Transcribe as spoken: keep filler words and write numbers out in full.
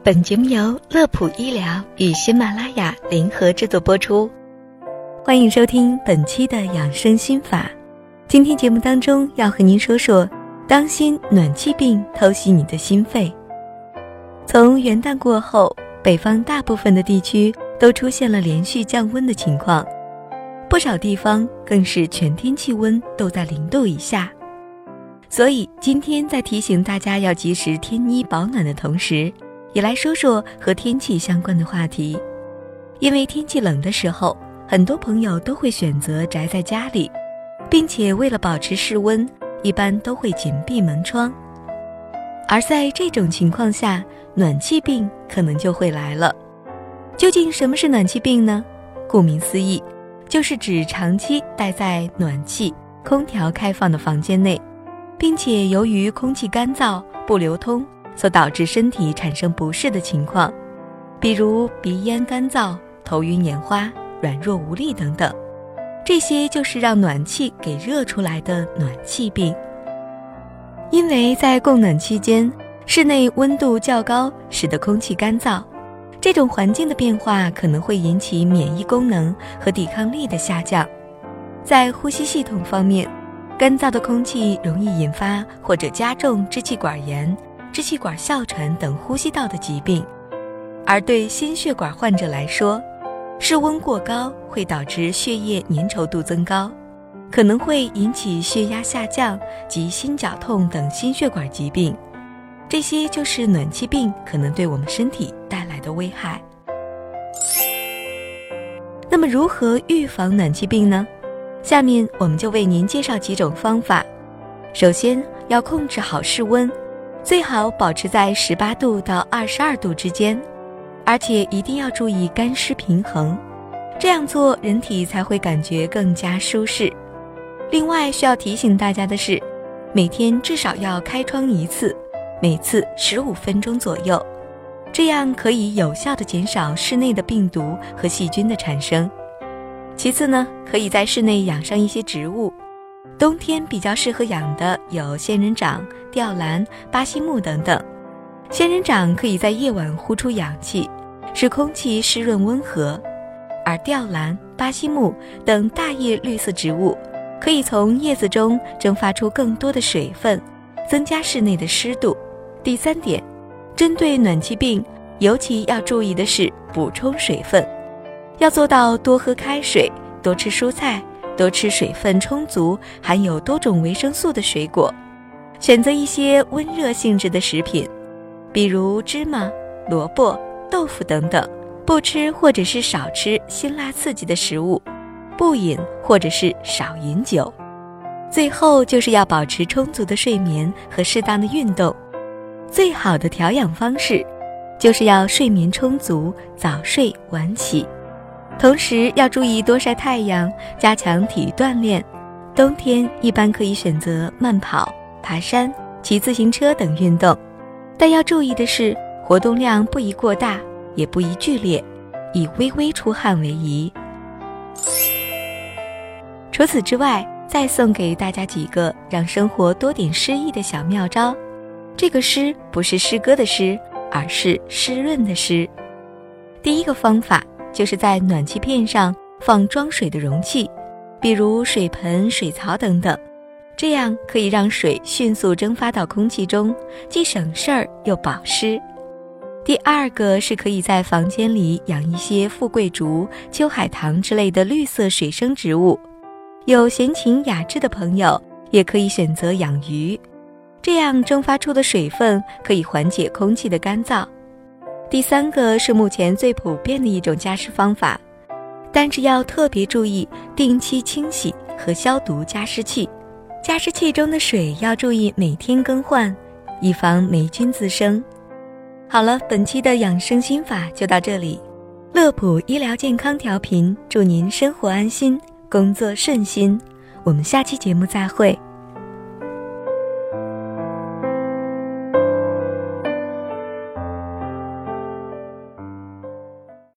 本节目由乐普医疗与喜马拉雅联合制作播出，欢迎收听本期的养生心法。今天节目当中要和您说说，当心暖气病偷袭你的心肺。从元旦过后，北方大部分的地区都出现了连续降温的情况，不少地方更是全天气温都在零度以下。所以今天在提醒大家要及时添衣保暖的同时，也来说说和天气相关的话题。因为天气冷的时候，很多朋友都会选择宅在家里，并且为了保持室温，一般都会紧闭门窗。而在这种情况下，暖气病可能就会来了。究竟什么是暖气病呢？顾名思义，就是指长期待在暖气、空调开放的房间内，并且由于空气干燥、不流通所导致身体产生不适的情况，比如鼻咽干燥、头晕眼花、软弱无力等等，这些就是让暖气给热出来的暖气病。因为在供暖期间，室内温度较高，使得空气干燥，这种环境的变化可能会引起免疫功能和抵抗力的下降。在呼吸系统方面，干燥的空气容易引发或者加重支气管炎、支气管哮喘等呼吸道的疾病。而对心血管患者来说，室温过高会导致血液粘稠度增高，可能会引起血压下降及心绞痛等心血管疾病。这些就是暖气病可能对我们身体带来的危害。那么如何预防暖气病呢？下面我们就为您介绍几种方法。首先要控制好室温，最好保持在十八度到二十二度之间，而且一定要注意干湿平衡，这样做人体才会感觉更加舒适。另外需要提醒大家的是，每天至少要开窗一次，每次十五分钟左右，这样可以有效地减少室内的病毒和细菌的产生。其次呢，可以在室内养上一些植物，冬天比较适合养的有仙人掌、吊兰、巴西木等等。仙人掌可以在夜晚呼出氧气，使空气湿润温和，而吊兰、巴西木等大叶绿色植物可以从叶子中蒸发出更多的水分，增加室内的湿度。第三点，针对暖气病，尤其要注意的是补充水分，要做到多喝开水，多吃蔬菜，多吃水分充足、含有多种维生素的水果，选择一些温热性质的食品，比如芝麻、萝卜、豆腐等等，不吃或者是少吃辛辣刺激的食物，不饮或者是少饮酒。最后就是要保持充足的睡眠和适当的运动。最好的调养方式就是要睡眠充足，早睡晚起，同时要注意多晒太阳，加强体育锻炼。冬天一般可以选择慢跑、爬山、骑自行车等运动，但要注意的是，活动量不宜过大，也不宜剧烈，以微微出汗为宜。除此之外，再送给大家几个让生活多点诗意的小妙招。这个诗不是诗歌的诗，而是湿润的湿。第一个方法就是在暖气片上放装水的容器，比如水盆、水槽等等，这样可以让水迅速蒸发到空气中，既省事儿又保湿。第二个是可以在房间里养一些富贵竹、秋海棠之类的绿色水生植物。有闲情雅致的朋友也可以选择养鱼，这样蒸发出的水分可以缓解空气的干燥。第三个是目前最普遍的一种加湿方法，但是要特别注意定期清洗和消毒加湿器。加湿器中的水要注意每天更换，以防霉菌滋生。好了，本期的养生心法就到这里。乐普医疗健康调频，祝您生活安心，工作顺心。我们下期节目再会。